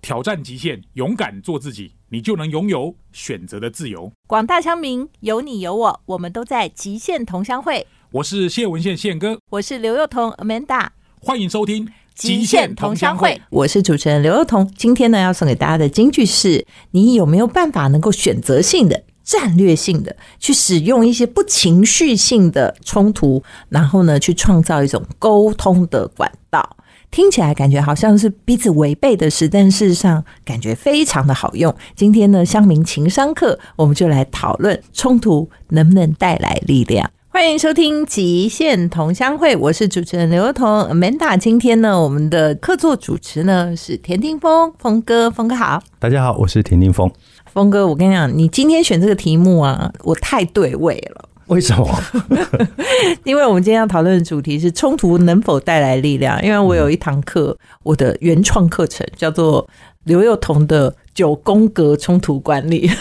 挑战极限，勇敢做自己，你就能拥有选择的自由。 广大乡民，有你有我，我们都在极限同乡会。 我是谢文宪宪哥， 我是刘幼彤 Amanda， 欢迎收听极限同乡会。我是主持人刘幼彤。今天呢，要送给大家的金句是：你有没有办法能够选择性的、战略性的去使用一些不情绪性的冲突，然后呢，去创造一种沟通的管道？听起来感觉好像是彼此违背的事，但事实上感觉非常的好用。今天呢，乡民情商课，我们就来讨论冲突能不能带来力量。欢迎收听极限同乡会，我是主持人刘幼彤 Amanda。 今天呢，我们的客座主持呢是田定峰，峰哥好。 大家好，我是田定峰。 峰哥，我跟你讲，你今天选这个题目啊，我太对味了。 为什么？ 因为我们今天要讨论的主题是冲突能否带来力量。因为我有一堂课，我的原创课程叫做刘幼彤的9宫格冲突管理。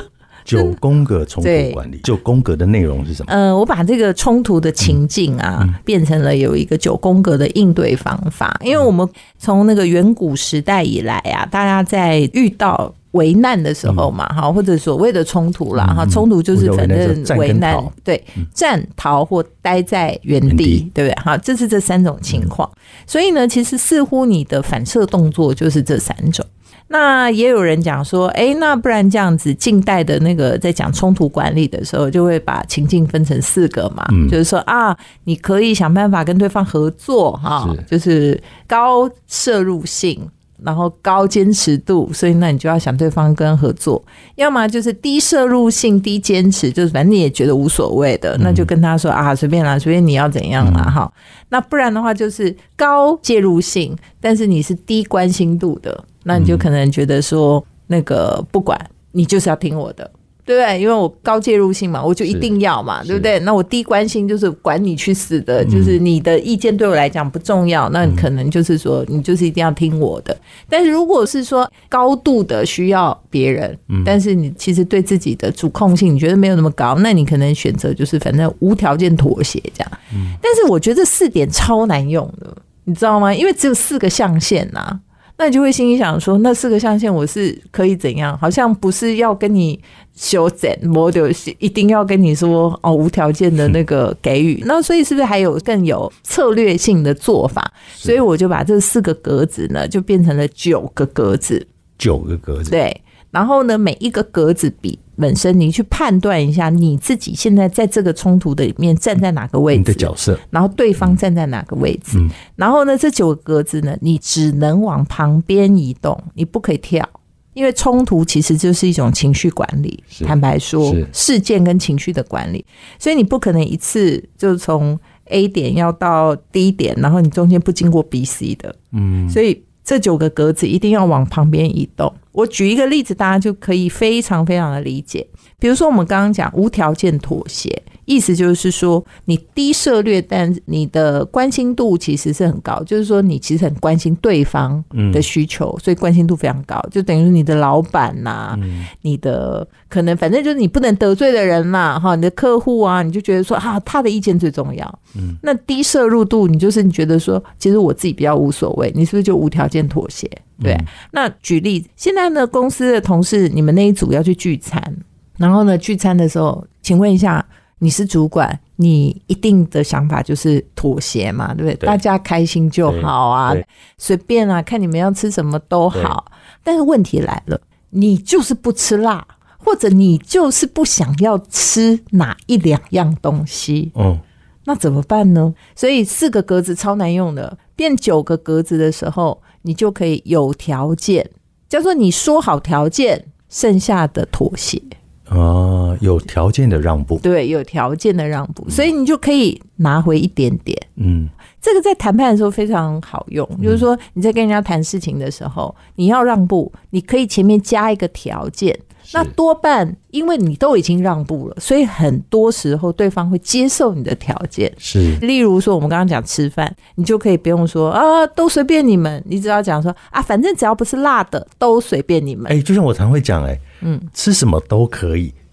9宫格冲突管理，9宫格的内容是什么？ 我把这个冲突的情境啊，变成了有一个9宫格的应对方法。因为我们从那个远古时代以来啊，大家在遇到危难的时候嘛，或者所谓的冲突啦，冲突就是反正危难，对，战、逃或待在原地，对不对？好，这是这3种情况。所以呢，其实似乎你的反射动作就是这3种。那也有人讲说，那不然这样子，近代的那个在讲冲突管理的时候，就会把情境分成4个嘛，就是说啊，你可以想办法跟对方合作，就是高摄入性，然后高坚持度，所以那你就要想对方跟合作。要么就是低摄入性低坚持，就是反正你也觉得无所谓的，那就跟他说啊，随便啦，随便你要怎样啦，那不然的话就是高介入性，但是你是低关心度的，那你就可能觉得说那个不管你就是要听我的，对不对？因为我高介入性嘛，我就一定要嘛，对不对？那我低关心就是管你去死的，就是你的意见对我来讲不重要，那你可能就是说你就是一定要听我的。但是如果是说高度的需要别人，但是你其实对自己的主控性你觉得没有那么高，那你可能选择就是反正无条件妥协这样。但是我觉得这4点超难用的，你知道吗？因为只有4个象限啊。那你就会心里想说，那4个象限我是可以怎样？好像不是要跟你修整，我就一定要跟你说无条件的那个给予。那所以是不是还有更有策略性的做法？所以我就把这4个格子呢，就变成了9个格子。9个格子，对。然后呢，每一个格子比本身你去判断一下你自己现在在这个冲突的里面站在哪个位置，你的角色，然后对方站在哪个位置，然后呢这9个格子呢，你只能往旁边移动，你不可以跳。因为冲突其实就是一种情绪管理，坦白说事件跟情绪的管理，所以你不可能一次就从 A 点要到 D 点，然后你中间不经过 B、C 的，所以这9个格子一定要往旁边移动。我举一个例子，大家就可以非常非常的理解。比如说我们刚刚讲无条件妥协，意思就是说你低涉略，但你的关心度其实是很高，就是说你其实很关心对方的需求，所以关心度非常高，就等于说你的老板啊，你的可能反正就是你不能得罪的人啦，你的客户啊，你就觉得说他的意见最重要。那低摄入度，你就是你觉得说其实我自己比较无所谓，你是不是就无条件妥协？对，那举例，现在呢公司的同事你们那一组要去聚餐，然后呢聚餐的时候，请问一下，你是主管，你一定的想法就是妥协嘛，对不对？大家开心就好啊，随便啊，看你们要吃什么都好。但是问题来了，你就是不吃辣，或者你就是不想要吃哪1、2样东西，那怎么办呢？所以4个格子超难用的，变9个格子的时候，你就可以有条件，叫做你说好条件，剩下的妥协。 有条件的让步， 对，有条件的让步，所以你就可以拿回一点点。这个在谈判的时候非常好用，就是说你在跟人家谈事情的时候，你要让步，你可以前面加一个条件，那多半因为你都已经让步了，所以很多时候对方会接受你的条件。是，例如说我们刚刚讲吃饭，你就可以不用说都随便你们，你只要讲说反正只要不是辣的都随便你们。 就像我常会讲吃什么都可以，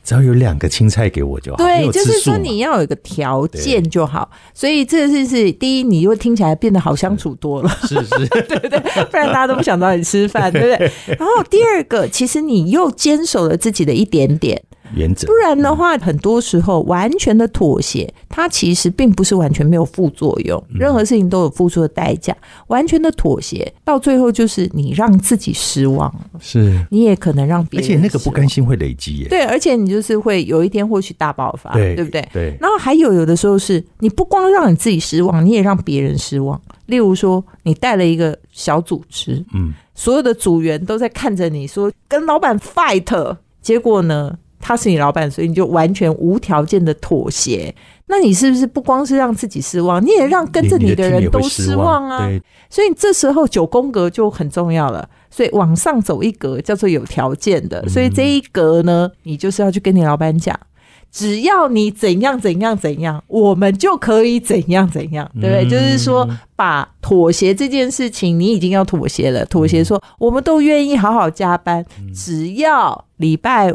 只要有2个青菜给我就好。 对，就是说你要有一个条件就好。所以这个是第一，你又听起来变得好相处多了， 是是， 对不对？不然大家都不想找你吃饭，对不对？然后第二个，其实你又坚守了自己的一点点原则， 不然的话，很多时候完全的妥协，它其实并不是完全没有副作用，任何事情都有付出的代价。完全的妥协，到最后就是你让自己失望， 是你也可能让别人失望， 而且那个不甘心会累积耶。 对，而且你就是会有一天或许大爆发，对不对？ 对。 然后还有的时候是你不光让你自己失望，你也让别人失望。例如说，你带了一个小组织，所有的组员都在看着你说跟老板 fight， 结果呢？他是你老板，所以你就完全无条件的妥协。那你是不是不光是让自己失望，你也让跟着你的人都失望啊？所以这时候9宫格就很重要了。所以往上走一格叫做有条件的，所以这一格呢，你就是要去跟你老板讲，只要你怎样怎样怎样，我们就可以怎样怎样，对不对？就是说把妥协这件事情你已经要妥协了，妥协说我们都愿意好好加班，只要礼拜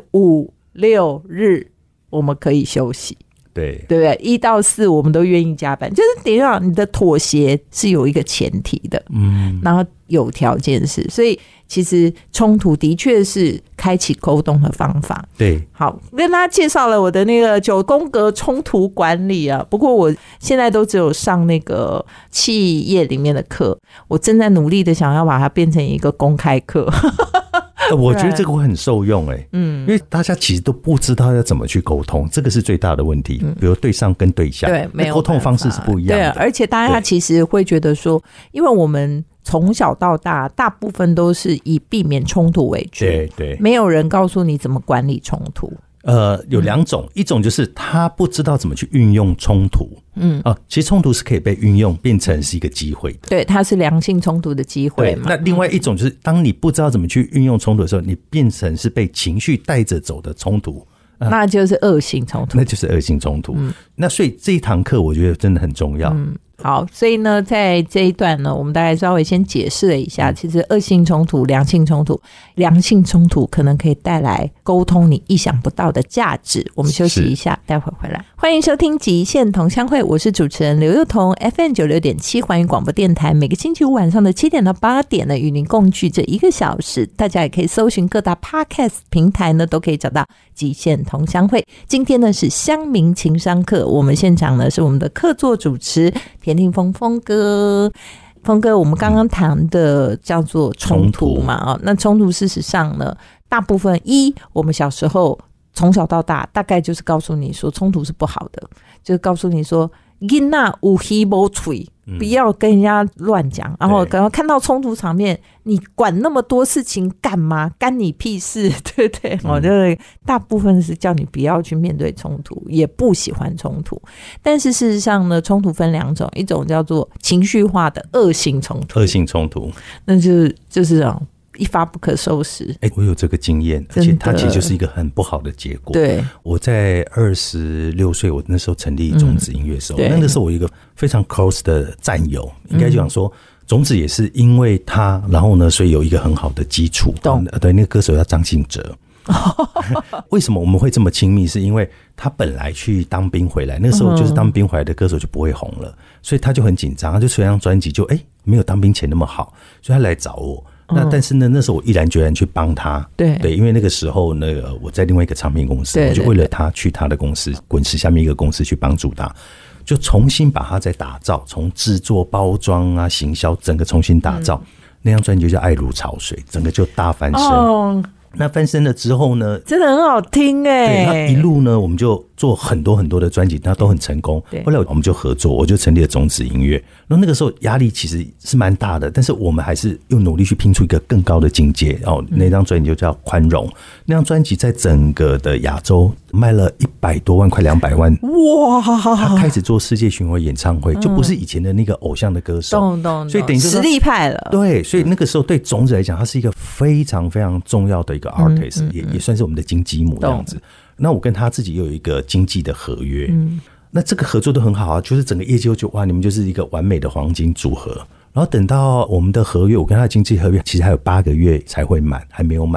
5、6日我们可以休息，对不对？1到4我们都愿意加班，就是等于讲你的妥协是有一个前提的，然后有条件是，所以其实冲突的确是开启沟通的方法。 对， 好，跟大家介绍了我的那个9宫格冲突管理啊，不过我现在都只有上那个企业里面的课，我正在努力的想要把它变成一个公开课。 我觉得这个会很受用因为大家其实都不知道要怎么去沟通，这个是最大的问题。比如对上跟对下，对，没有沟通方式是不一样的。 对，而且大家其实会觉得说，因为我们从小到大，大部分都是以避免冲突为主，对，没有人告诉你怎么管理冲突。 有2种，一种就是他不知道怎么去运用冲突，其实冲突是可以被运用变成是一个机会的， 对，它是良性冲突的机会嘛。 那另外一种就是当你不知道怎么去运用冲突的时候，你变成是被情绪带着走的冲突， 那就是恶性冲突， 那就是恶性冲突。那所以这一堂课我觉得真的很重要。 好，所以呢，在这一段呢，我们大概稍微先解释了一下，其实恶性冲突、良性冲突，良性冲突可能可以带来沟通你意想不到的价值。我们休息一下，待会回来。欢迎收听极限同乡会，我是主持人刘幼彤 ，FM96.7 环宇广播电台，每个星期五晚上的7点到8点呢，与您共聚这1个小时。大家也可以搜寻各大 Podcast 平台呢，都可以找到极限同乡会。今天呢是乡民情商课，我们现场呢是我们的客座主持田定峰峰哥，我们刚刚谈的叫做冲突嘛，那冲突事实上呢，大部分我们小时候从小到大，大概就是告诉你说冲突是不好的，就是告诉你说囡仔有耳无嘴，不要跟人家乱讲，然后看到冲突场面，你管那么多事情干嘛？干你屁事，对不对？我觉得大部分是叫你不要去面对冲突，也不喜欢冲突。但是事实上呢，冲突分2种，一种叫做情绪化的恶性冲突，那就是一发不可收拾。 我有这个经验，而且它其实就是一个很不好的结果。 对， 我在26岁，我那时候成立种子音乐社，那个时候我有一个非常 close 的战友，应该讲说种子也是因为他，然后呢，所以有一个很好的基础。对，那个歌手叫张信哲。为什么我们会这么亲密？是因为他本来去当兵回来，那个时候就是当兵回来的歌手就不会红了，所以他就很紧张，他就出一张专辑就没有当兵前那么好，所以他来找我。那但是呢，那时候我毅然决然去帮他，对，因为那个时候我在另外一个唱片公司，我就为了他去他的公司滚石下面一个公司去帮助他，就重新把他再打造，从制作、包装啊、行销，整个重新打造。那张专辑就叫《爱如潮水》，整个就大翻身。那翻身了之后呢， 真的很好听对，那一路呢，我们就做很多很多的专辑，那都很成功。后来我们就合作，我就成立了种子音乐。然后那个时候压力其实是蛮大的，但是我们还是又努力去拼出一个更高的境界。那张专辑就叫《宽容》，那张专辑在整个的亚洲卖了100多万，快200万。哇！他开始做世界巡回演唱会，就不是以前的那个偶像的歌手，所以等于实力派了。 对，所以那个时候对种子来讲，他是一个非常非常重要的一个 artist，也算是我们的金鸡母这样子。那我跟他自己又有一个经纪的合约，那这个合作都很好啊，就是整个业绩就哇，你们就是一个完美的黄金组合。然后等到我们的合约，我跟他的经纪合约其实还有8个月才会满，还没有满。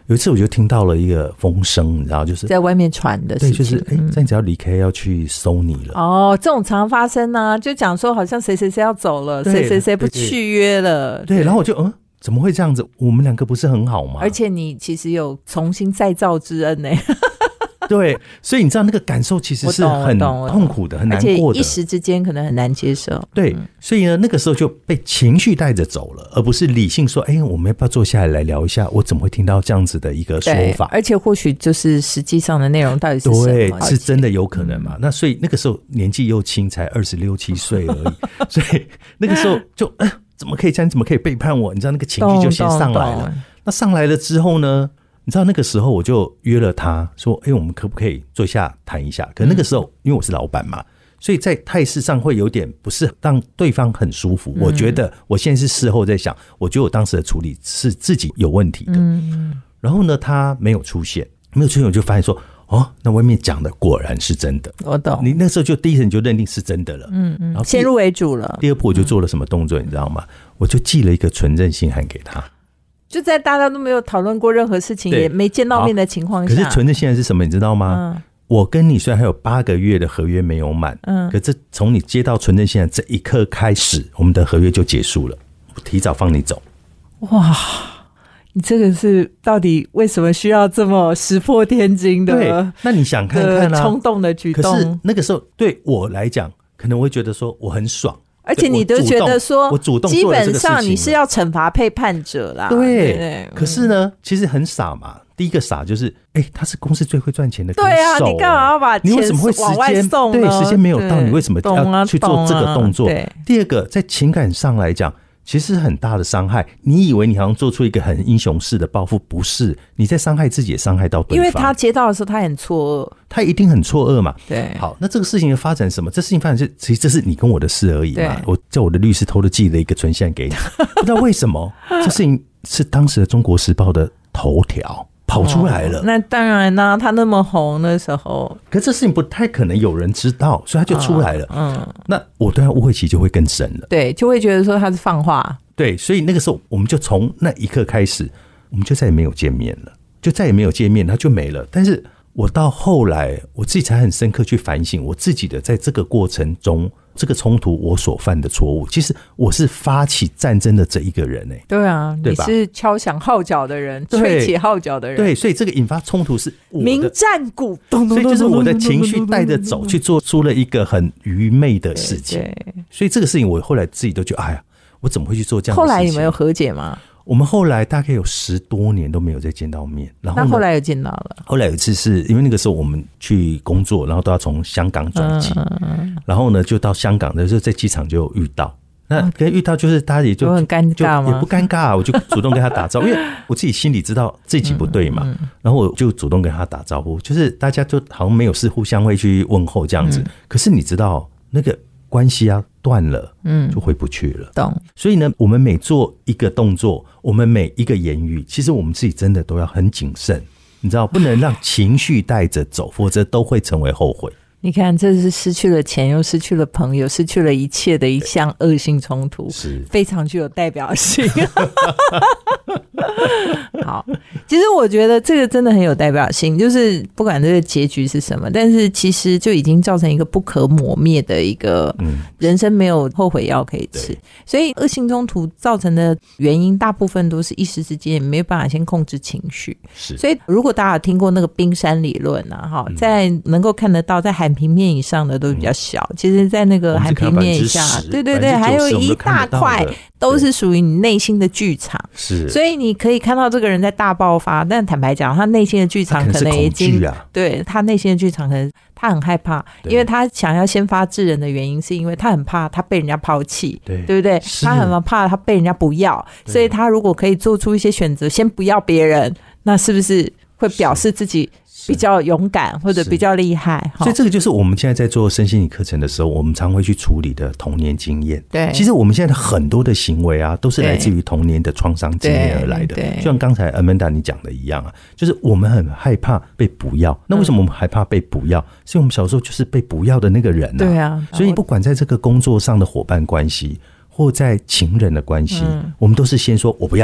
有一次我就听到了一个风声，你知道，就是在外面传的事情， 对，就是你只要离开要去收你了。 哦，这种常发生啊，就讲说好像谁谁谁要走了，谁谁谁不续约了。 对，然后我就怎么会这样子？我们两个不是很好吗？ 而且你其实有重新再造之恩呢。 对，所以你知道那个感受其实是很痛苦的，很难过的， 而且一时之间可能很难接受。 对，所以呢，那个时候就被情绪带着走了，而不是理性说，我们要不要坐下来聊一下？我怎么会听到这样子的一个说法？ 而且或许就是实际上的内容到底是什么？ 对，是真的有可能嘛？那所以那个时候年纪又轻，才26、27岁而已，所以那个时候就怎么可以这样？怎么可以背叛我？你知道那个情绪就先上来了。那上来了之后呢？你知道那个时候我就约了他说我们可不可以坐下谈一下？可那个时候因为我是老板嘛，所以在态势上会有点不是让对方很舒服。我觉得我现在是事后在想，我觉得我当时的处理是自己有问题的。然后呢，他没有出现，我就发现说那外面讲的果然是真的。 我懂， 你那时候就第一次你就认定是真的了。然后先入为主了。 第二步我就做了什么动作你知道吗？我就寄了一个存证信函给他。 就在大家都没有讨论过任何事情，也没见到面的情况下， 可是存证现在是什么你知道吗？我跟你虽然还有8个月的合约没有满，可是从你接到存证信函这一刻开始，我们的合约就结束了，我提早放你走。 哇，你这个是到底为什么需要这么石破天惊的？ 对，那你想看看冲动的举动。 可是那个时候对我来讲，可能会觉得说我很爽。 而且你都觉得说我主动基本上你是要惩罚背叛者啦。 对，可是呢其实很傻嘛。第一个傻就是他是公司最会赚钱的歌手。 对啊，你干嘛要把钱往外送呢？ 对，时间没有到，你为什么要去做这个动作？第二个在情感上来讲其实很大的伤害。你以为你好像做出一个很英雄式的报复，不是，你在伤害自己也伤害到对方。 因为他接到的时候他很错愕， 他一定很错愕嘛。 对，好， 那这个事情的发展什么？这事情发展其实这是你跟我的事而已嘛。我叫我的律师偷偷寄了一个存线给你，不知道为什么这事情是当时的《中国时报》的头条跑出来了。 那当然啦，他那么红的时候， 可是这事情不太可能有人知道，所以他就出来了。那我对他误会其实就会更深了。 对，就会觉得说他是放话。 对，所以那个时候我们就从那一刻开始，我们就再也没有见面了，他就没了。但是我到后来我自己才很深刻去反省我自己的在这个过程中这个冲突我所犯的错误。其实我是发起战争的这一个人。 对啊，你是敲响号角的人，吹起号角的人。 对，所以这个引发冲突是我的明战鼓， 所以就是我的情绪带着走去做出了一个很愚昧的事情。所以这个事情我后来自己都觉得我怎么会去做这样的事情？ 后来你们有和解吗？ 我们后来大概有10多年都没有再见到面。然后那后来有见到了？ 后来有一次是因为那个时候我们去工作，然后都要从香港转机，然后呢就到香港的时候在机场就遇到。那跟遇到就是大家也就很尴尬吗？ 也不尴尬，我就主动跟他打招呼，因为我自己心里知道自己不对嘛，然后我就主动跟他打招呼，就是大家就好像没有事互相会去问候这样子。可是你知道那个关系断了，就回不去了。 懂。 所以呢，我们每做一个动作，我们每一个言语，其实我们自己真的都要很谨慎，你知道，不能让情绪带着走，否则都会成为后悔。 你看，这是失去了钱，又失去了朋友，失去了一切的一项恶性冲突，是非常具有代表性。好，其实我觉得这个真的很有代表性，就是不管这个结局是什么，但是其实就已经造成一个不可磨灭的一个人生没有后悔药可以吃。所以恶性冲突造成的原因大部分都是一时之间没有办法先控制情绪。是，所以如果大家有听过那个冰山理论啊，在能够看得到在海平面以上的都比较小，其实在那个海平面以下，对对对，还有一大块都是属于你内心的剧场。是，所以你可以看到这个人在大爆发，但坦白讲他内心的剧场可能已经对他内心的剧场可能他很害怕，因为他想要先发制人的原因是因为他很怕他被人家抛弃， 对不对？他很怕他被人家不要，所以他如果可以做出一些选择先不要别人，那是不是会表示自己比较勇敢或者比较厉害？ 所以这个就是我们现在在做身心理课程的时候我们常会去处理的童年经验。对，其实我们现在的很多的行为都是来自于童年的创伤经验而来的。就像刚才 Amanda 你讲的一样就是我们很害怕被不要。那为什么我们害怕被不要？是因为我们小时候就是被不要的那个人对啊。所以不管在这个工作上的伙伴关系或在情人的关系，我们都是先说我不要了，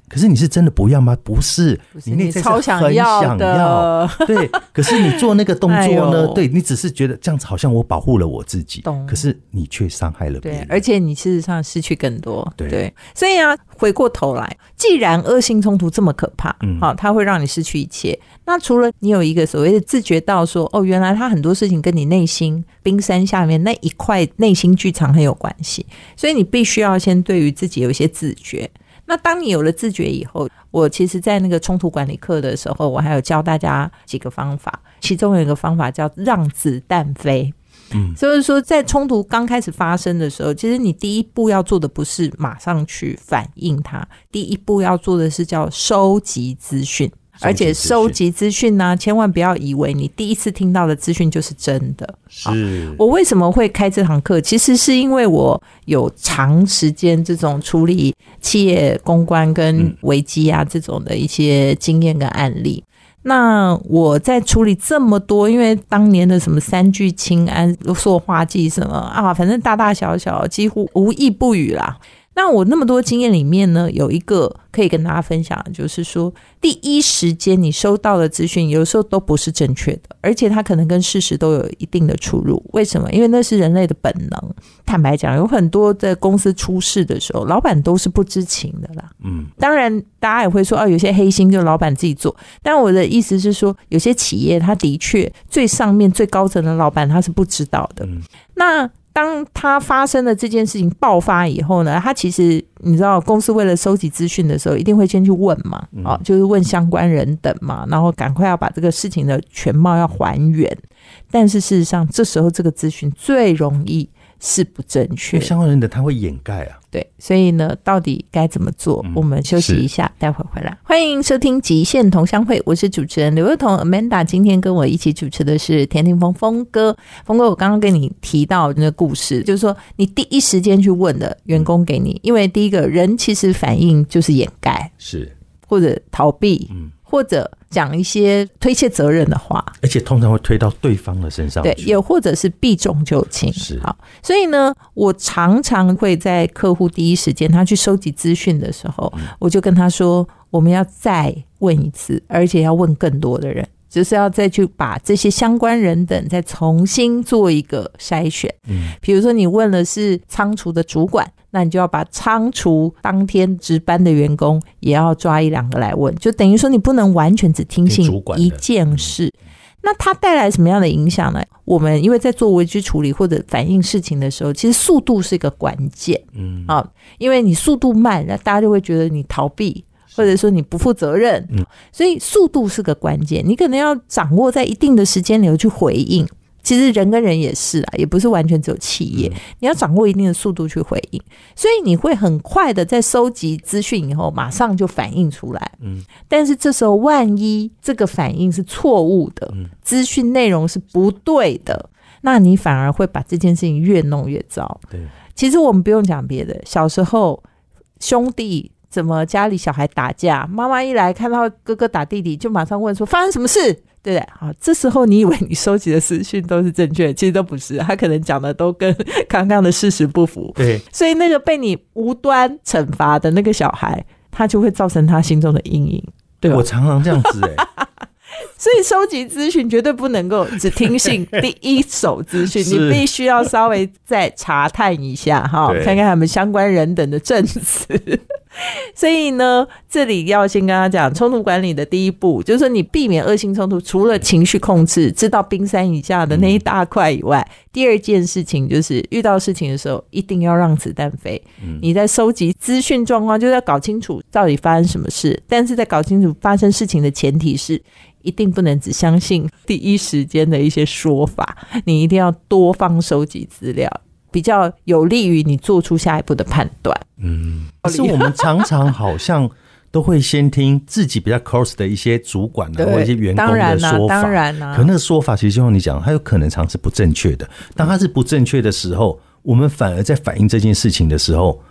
可是你是真的不要吗？不是，你内在是很想要对，可是你做那个动作呢，对，你只是觉得这样子好像我保护了我自己，可是你却伤害了别人， 对，而且你事实上失去更多。 对， 所以啊，回过头来，既然恶性冲突这么可怕，它会让你失去一切，那除了你有一个所谓的自觉到说，哦，原来它很多事情跟你内心冰山下面那一块内心剧场很有关系，所以你必须要先对于自己有一些自觉。那当你有了自觉以后，我其实在那个冲突管理课的时候，我还有教大家几个方法，其中有一个方法叫让子弹飞。就是说在冲突刚开始发生的时候，其实你第一步要做的不是马上去反应它，第一步要做的是叫收集资讯。而且收集资讯呢，千万不要以为你第一次听到的资讯就是真的。 是我为什么会开这堂课，其实是因为我有长时间这种处理企业公关跟危机啊这种的一些经验跟案例。那我在处理这么多，因为当年的什么三聚氰胺塑化剂什么啊，反正大大小小几乎无一不语啦。那我那么多经验里面呢，有一个可以跟大家分享的，就是说第一时间你收到的资讯有时候都不是正确的，而且它可能跟事实都有一定的出入。为什么？因为那是人类的本能。坦白讲，有很多的公司出事的时候，老板都是不知情的啦。当然大家也会说有些黑心就老板自己做，但我的意思是说，有些企业他的确最上面最高层的老板他是不知道的。那当他发生了这件事情爆发以后呢，他其实你知道公司为了收集资讯的时候一定会先去问嘛，就是问相关人等嘛，然后赶快要把这个事情的全貌要还原。但是事实上这时候这个资讯最容易是不正确， 相关人的他会掩盖啊。 对，所以呢到底该怎么做，我们休息一下，待会回来。欢迎收听极限同乡会，我是主持人刘幼彤 Amanda， 今天跟我一起主持的是田定峰峰哥。峰哥，我刚刚跟你提到那个故事，就是说你第一时间去问的员工给你，因为第一个人其实反应就是掩盖， 是或者逃避，或者讲一些推卸责任的话， 而且通常会推到对方的身上去， 对，也或者是避重就轻。 是， 好，所以呢，我常常会在客户第一时间他去收集资讯的时候，我就跟他说，我们要再问一次，而且要问更多的人，就是要再去把这些相关人等再重新做一个筛选。比如说你问的是仓储的主管，那你就要把仓储当天值班的员工也要抓一两个来问，就等于说你不能完全只听信一件事。那它带来什么样的影响呢？我们因为在做危机处理或者反映事情的时候，其实速度是一个关键。因为你速度慢，那大家就会觉得你逃避，或者说你不负责任。所以速度是个关键，你可能要掌握在一定的时间里去回应。其实人跟人也是也不是完全只有企业，你要掌握一定的速度去回应，所以你会很快的在收集资讯以后马上就反应出来。但是这时候万一这个反应是错误的，资讯内容是不对的，那你反而会把这件事情越弄越糟。对，其实我们不用讲别的，小时候兄弟怎么家里小孩打架，妈妈一来看到哥哥打弟弟就马上问说发生什么事，对不对？好，这时候你以为你收集的资讯都是正确的，其实都不是，他可能讲的都跟刚刚的事实不符。对，所以那个被你无端惩罚的那个小孩，他就会造成他心中的阴影，对吧？ 我常常这样子所以收集资讯绝对不能够只听信第一手资讯，你必须要稍微再查探一下看看他们相关人等的证词。所以呢，这里要先跟他讲，冲突管理的第一步就是说，你避免恶性冲突，除了情绪控制，知道冰山以下的那一大块以外，第二件事情就是遇到事情的时候一定要让子弹飞。你在收集资讯状况，就是要搞清楚到底发生什么事，但是在搞清楚发生事情的前提是一定不能只相信第一时间的一些说法，你一定要多方收集资料，比较有利于你做出下一步的判断。 可是我们常常好像都会先听自己比较 close 的一些主管或一些员工的说法， 当然可那个说法其实就像你讲，它有可能常是不正确的。当它是不正确的时候，我们反而在反映这件事情的时候，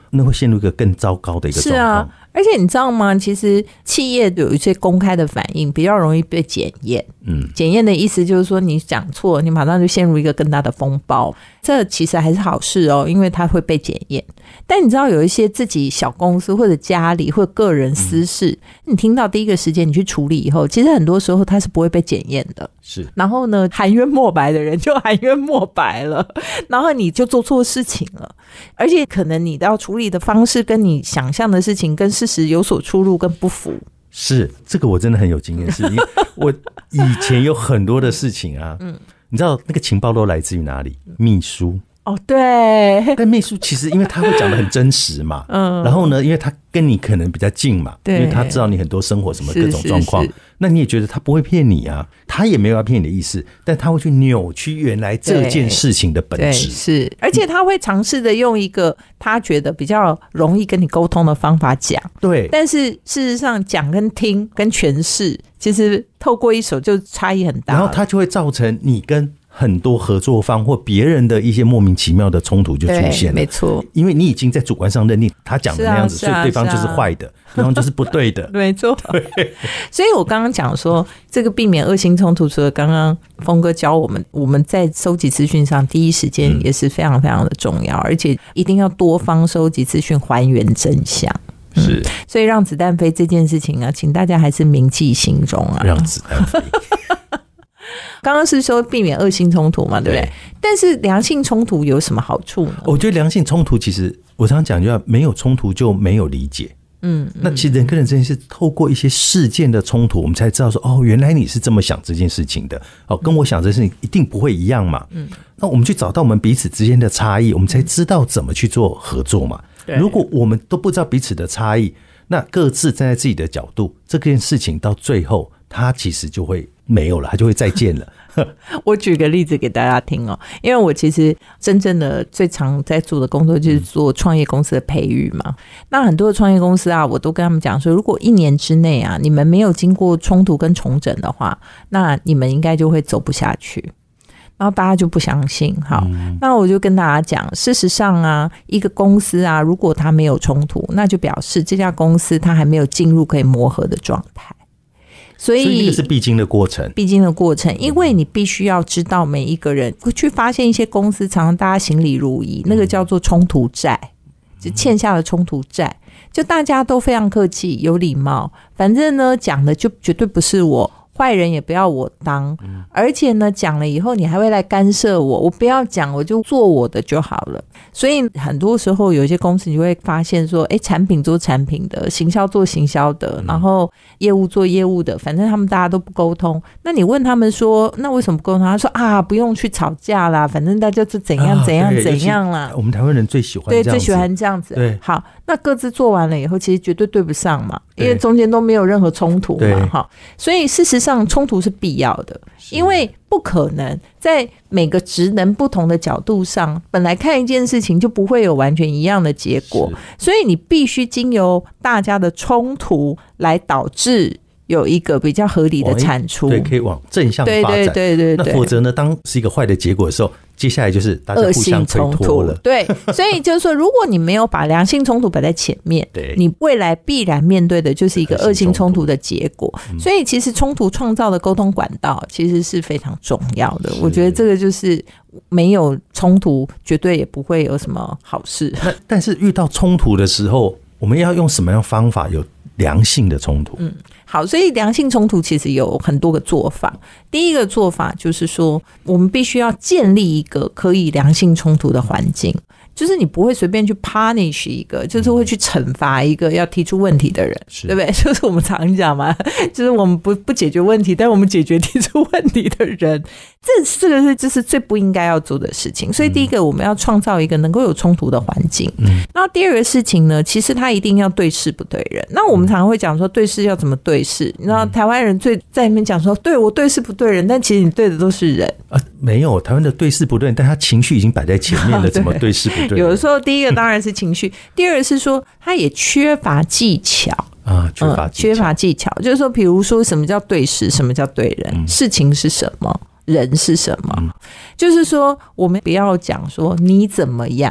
那会陷入一个更糟糕的一个状况。是啊， 而且你知道吗？其实企业有一些公开的反应比较容易被检验。检验的意思就是说你讲错，你马上就陷入一个更大的风暴。这其实还是好事哦，因为它会被检验。但你知道有一些自己小公司或者家里或者个人私事，你听到第一个时间你去处理以后，其实很多时候它是不会被检验的。 是， 然后呢，含冤莫白的人就含冤莫白了，然后你就做错事情了，而且可能你要处理的方式跟你想象的事情跟事实有所出入跟不符。 是，这个我真的很有经验，是因为我以前有很多的事情啊，你知道那个情报都来自于哪里？秘书。哦， 对， 但秘书其实因为他会讲得很真实嘛，然后呢，因为他跟你可能比较近嘛，因为他知道你很多生活什么各种状况，那你也觉得他不会骗你啊，他也没有要骗你的意思，但他会去扭曲原来这件事情的本质， 是，而且他会尝试的用一个他觉得比较容易跟你沟通的方法讲，对，但是事实上讲跟听跟诠释，其实透过一手就差异很大， 然后他就会造成你跟很多合作方或别人的一些莫名其妙的冲突就出现了， 没错， 因为你已经在主观上认定他讲的那样子，所以对方就是坏的，对方就是不对的， 没错。所以我刚刚讲说，这个避免恶性冲突，除了刚刚峰哥教我们在收集资讯上第一时间也是非常非常的重要，而且一定要多方收集资讯，还原真相。 是， 所以让子弹飞这件事情啊，请大家还是铭记心中啊， 让子弹飞。 刚刚是说避免恶性冲突嘛，对不对？但是良性冲突有什么好处呢？ 我觉得良性冲突其实我常常讲，就要没有冲突就没有理解。那其实人跟人之间是透过一些事件的冲突，我们才知道说，哦，原来你是这么想这件事情的，哦，跟我想这件事情一定不会一样嘛。那我们去找到我们彼此之间的差异，我们才知道怎么去做合作嘛。如果我们都不知道彼此的差异，那各自站在自己的角度，这件事情到最后它其实就会没有了，它就会再见了。 我举个例子给大家听哦，因为我其实真正的最常在做的工作就是做创业公司的培育嘛。那很多的创业公司啊，我都跟他们讲说，如果1年之内啊，你们没有经过冲突跟重整的话，那你们应该就会走不下去。然后大家就不相信，好，那我就跟大家讲，事实上啊，一个公司啊，如果它没有冲突，那就表示这家公司它还没有进入可以磨合的状态。所以那个是必经的过程， 因为你必须要知道每一个人会去发现一些公司常常大家行礼如仪，那个叫做冲突债，就欠下的冲突债，就大家都非常客气有礼貌，反正呢讲的就绝对不是我，坏人也不要我当，而且呢讲了以后你还会来干涉我不要讲，我就做我的就好了。所以很多时候有一些公司你就会发现说，产品做产品的，行销做行销的，然后业务做业务的，反正他们大家都不沟通。那你问他们说，那为什么不沟通？他说啊，不用去吵架啦，反正大家就怎样怎样怎样啦。 我们台湾人最喜欢这样子， 对，最喜欢这样子。 对， 好，那各自做完了以后，其实绝对对不上嘛，因为中间都没有任何冲突嘛，哈。所以事实上冲突是必要的，因为不可能在每个职能不同的角度上，本来看一件事情就不会有完全一样的结果，所以你必须经由大家的冲突来导致有一个比较合理的产出， 对，可以往正向发展。对，那否则呢，当是一个坏的结果的时候，接下来就是大家互相推脱了。 对，所以就是说，如果你没有把良性冲突摆在前面， 对， 你未来必然面对的就是一个恶性冲突的结果。所以其实冲突创造的沟通管道其实是非常重要的。我觉得这个就是没有冲突，绝对也不会有什么好事。 但是遇到冲突的时候，我们要用什么样的方法有良性的冲突？ 好，所以良性冲突其实有很多个做法。第一个做法就是说，我们必须要建立一个可以良性冲突的环境，就是你不会随便去 punish 一个，就是会去惩罚一个要提出问题的人，对不对？就是我们常讲嘛，就是我们不解决问题，但我们解决提出问题的人，这是最不应该要做的事情。所以第一个，我们要创造一个能够有冲突的环境。然后第二个事情呢，其实他一定要对事不对人。那我们常常会讲说，对事要怎么对事？你知道台湾人最在那边讲说，对我对事不对人，但其实你对的都是人。 没有，台湾的对事不对人，但他情绪已经摆在前面了，怎么对事不对人？ 有的时候，第一个当然是情绪，第二个是说他也缺乏技巧。缺乏技巧，就是说，比如说什么叫对事，什么叫对人，事情是什么，人是什么，就是说我们不要讲说你怎么样，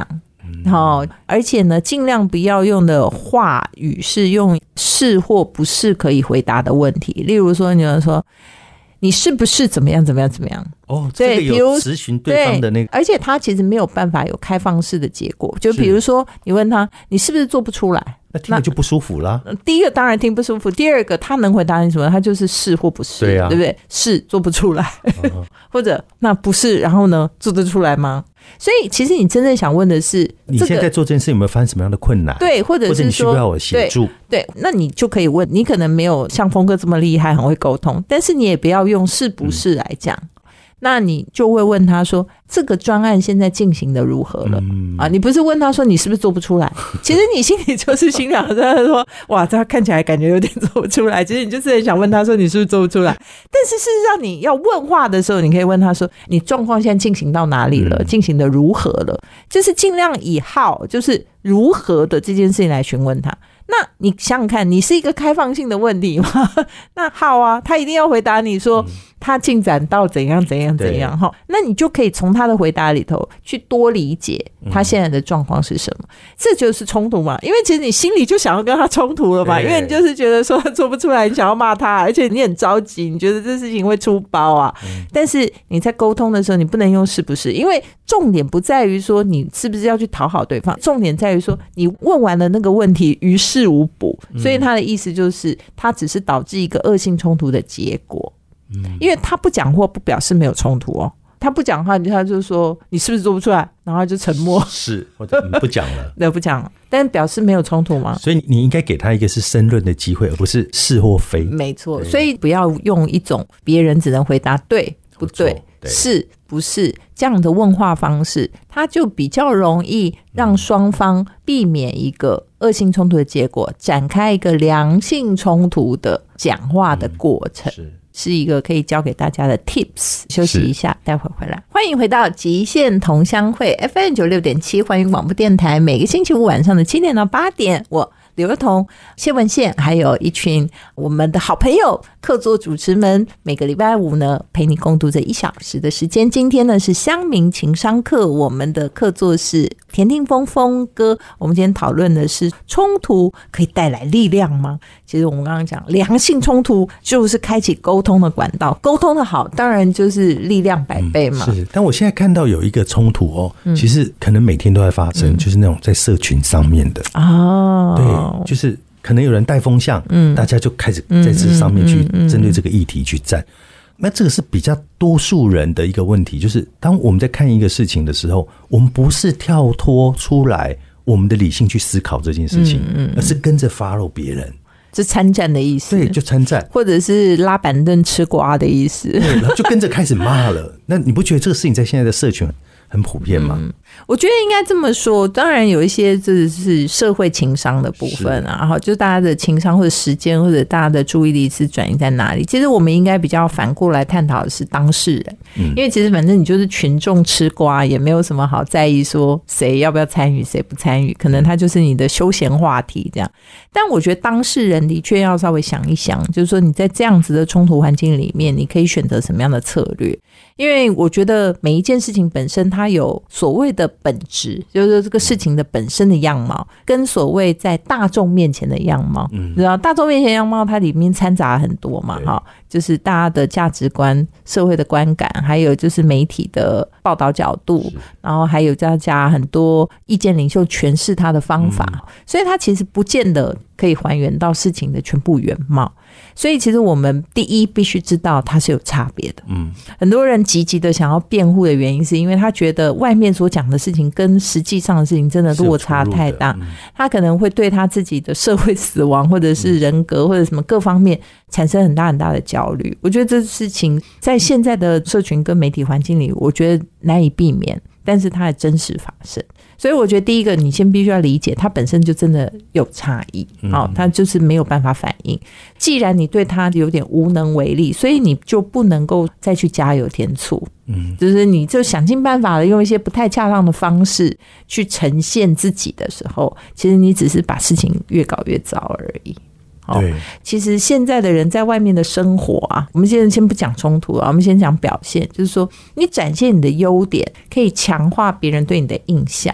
而且呢，尽量不要用的话语是用是或不是可以回答的问题。例如说，你要说你是不是怎么样怎么样怎么样。 这个有咨询对方的那个， 而且他其实没有办法有开放式的结果。就比如说，你问他你是不是做不出来， 那听了就不舒服啦。 第一个当然听不舒服，第二个他能回答你什么？他就是是或不是，对不对？是做不出来，或者那不是，然后呢做得出来吗？所以其实你真正想问的是， 你现在做这件事有没有发生什么样的困难？ 对，或者是说你需不需要我协助？ 对，那你就可以问。你可能没有像峰哥这么厉害，很会沟通，但是你也不要用是不是来讲。那你就会问他说，这个专案现在进行的如何了？你不是问他说你是不是做不出来，其实你心里就是心想说，哇，他看起来感觉有点做不出来，其实你就是很想问他说你是不是做不出来。但是事实上你要问话的时候，你可以问他说你状况现在进行到哪里了，进行的如何了，就是尽量以how就是如何的这件事情来询问他。那你想想看，你是一个开放性的问题吗？那好啊，他一定要回答你说他进展到怎样怎样怎样，那你就可以从他的回答里头去多理解他现在的状况是什么。这就是冲突嘛，因为其实你心里就想要跟他冲突了嘛，因为你就是觉得说他做不出来，你想要骂他，而且你很着急，你觉得这事情会出包啊。但是你在沟通的时候，你不能用是不是，因为重点不在于说你是不是要去讨好对方，重点在于说你问完了那个问题于事无补，所以他的意思就是他只是导致一个恶性冲突的结果。因为他不讲话不表示没有冲突哦，他不讲话他就说你是不是做不出来，然后就沉默， 是或者不讲了对，不讲了，但表示没有冲突吗？ 所以你应该给他一个是申论的机会，而不是是或非。 没错，所以不要用一种别人只能回答对不对，是不是这样的问话方式，它就比较容易让双方避免一个恶性冲突的结果，展开一个良性冲突的讲话的过程。是一个可以教给大家的 tips。 休息一下，待会回来。欢迎回到极限同乡会 FM96.7 欢迎广播电台，每个星期五晚上的7点到8点，我刘幼彤、谢文宪还有一群我们的好朋友客座主持们，每个礼拜五呢陪你共度这1小时的时间。今天呢是乡民情商课，我们的客座是田定峰峰哥。我们今天讨论的是冲突可以带来力量吗？其实我们刚刚讲良性冲突就是开启沟通的管道，沟通的好当然就是力量100倍嘛。 是，但我现在看到有一个冲突其实可能每天都在发生，就是那种在社群上面的对，就是可能有人带风向，大家就开始在这上面去针对这个议题去站。那这个是比较多数人的一个问题，就是当我们在看一个事情的时候，我们不是跳脱出来我们的理性去思考这件事情，而是跟着 follow 别人， 就参战的意思。 对，就参战， 或者是拉板凳吃瓜的意思。 对，然后就跟着开始骂了。那你不觉得这个事情在现在的社群很普遍吗？ 我觉得应该这么说，当然有一些这是社会情商的部分啊，然后就大家的情商或者时间或者大家的注意力是转移在哪里。其实我们应该比较反过来探讨的是当事人，因为其实反正你就是群众吃瓜，也没有什么好在意说谁要不要参与谁不参与，可能它就是你的休闲话题这样。但我觉得当事人的确要稍微想一想，就是说你在这样子的冲突环境里面，你可以选择什么样的策略。因为我觉得每一件事情本身它有所谓的本质，就是这个事情的本身的样貌跟所谓在大众面前的样貌，知道大众面前的样貌它里面掺杂很多嘛，就是大家的价值观、社会的观感，还有就是媒体的报道角度，然后还有大家很多意见领袖诠释他的方法，所以它其实不见得可以还原到事情的全部原貌。所以其实我们第一必须知道它是有差别的。很多人积极的想要辩护的原因是因为他觉得外面所讲的事情跟实际上的事情真的落差太大，他可能会对他自己的社会死亡或者是人格或者什么各方面产生很大很大的焦虑。我觉得这事情在现在的社群跟媒体环境里，我觉得难以避免，但是它的真实发生。所以我觉得第一个你先必须要理解它本身就真的有差异，它就是没有办法反应。既然你对它有点无能为力，所以你就不能够再去加油添醋，就是你就想尽办法的用一些不太恰当的方式去呈现自己的时候，其实你只是把事情越搞越糟而已。 对， 其实现在的人在外面的生活啊，我们现在先不讲冲突啊，我们先讲表现，就是说你展现你的优点，可以强化别人对你的印象。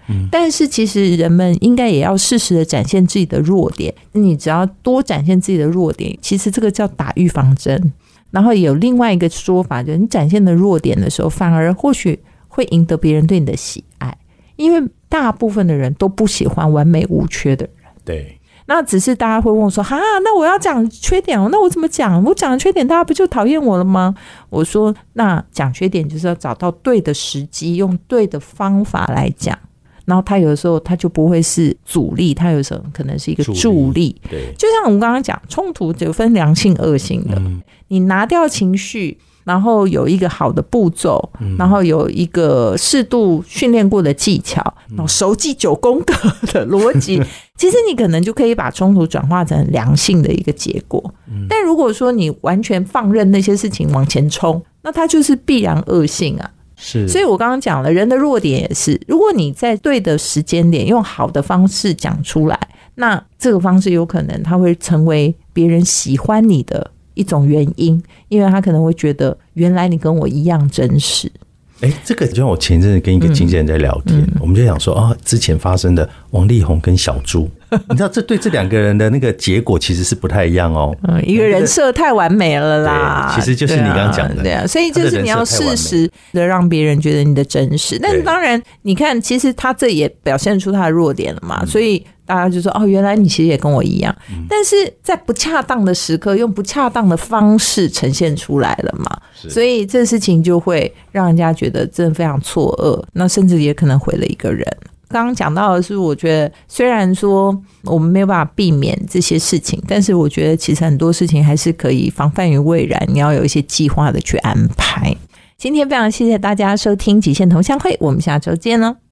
但是其实人们应该也要适时的展现自己的弱点，你只要多展现自己的弱点，其实这个叫打预防针。然后有另外一个说法，就是你展现的弱点的时候，反而或许会赢得别人对你的喜爱，因为大部分的人都不喜欢完美无缺的人。 对， 那只是大家会问我说，哈，那我要讲缺点哦，那我怎么讲？我讲缺点，大家不就讨厌我了吗？我说，那讲缺点就是要找到对的时机，用对的方法来讲。然后他有的时候他就不会是阻力，他有时候可能是一个助力。 对， 就像我们刚刚讲，冲突就分良性恶性的，你拿掉情绪，然后有一个好的步骤，然后有一个适度训练过的技巧，然后熟记9宫格的逻辑，其实你可能就可以把冲突转化成良性的一个结果。但如果说你完全放任那些事情往前冲，那它就是必然恶性啊。 是， 所以我刚刚讲了，人的弱点也是，如果你在对的时间点用好的方式讲出来，那这个方式有可能它会成为别人喜欢你的一种原因，因为他可能会觉得原来你跟我一样真实。 这个就像我前阵子跟一个经纪人在聊天，我们就想说之前发生的王力宏跟小猪，你知道这对这两个人的那个结果其实是不太一样哦。 一个人设太完美了啦， 其实就是你刚刚讲的， 对啊，所以就是你要适时的让别人觉得你的真实。但是当然，你看，其实他这也表现出他的弱点了嘛，所以大家就说原来你其实也跟我一样，但是在不恰当的时刻用不恰当的方式呈现出来了嘛，所以这事情就会让人家觉得真的非常错愕，那甚至也可能毁了一个人。刚刚讲到的是，我觉得虽然说我们没有办法避免这些事情，但是我觉得其实很多事情还是可以防范于未然，你要有一些计划的去安排。今天非常谢谢大家收听极限同乡会，我们下周见哦。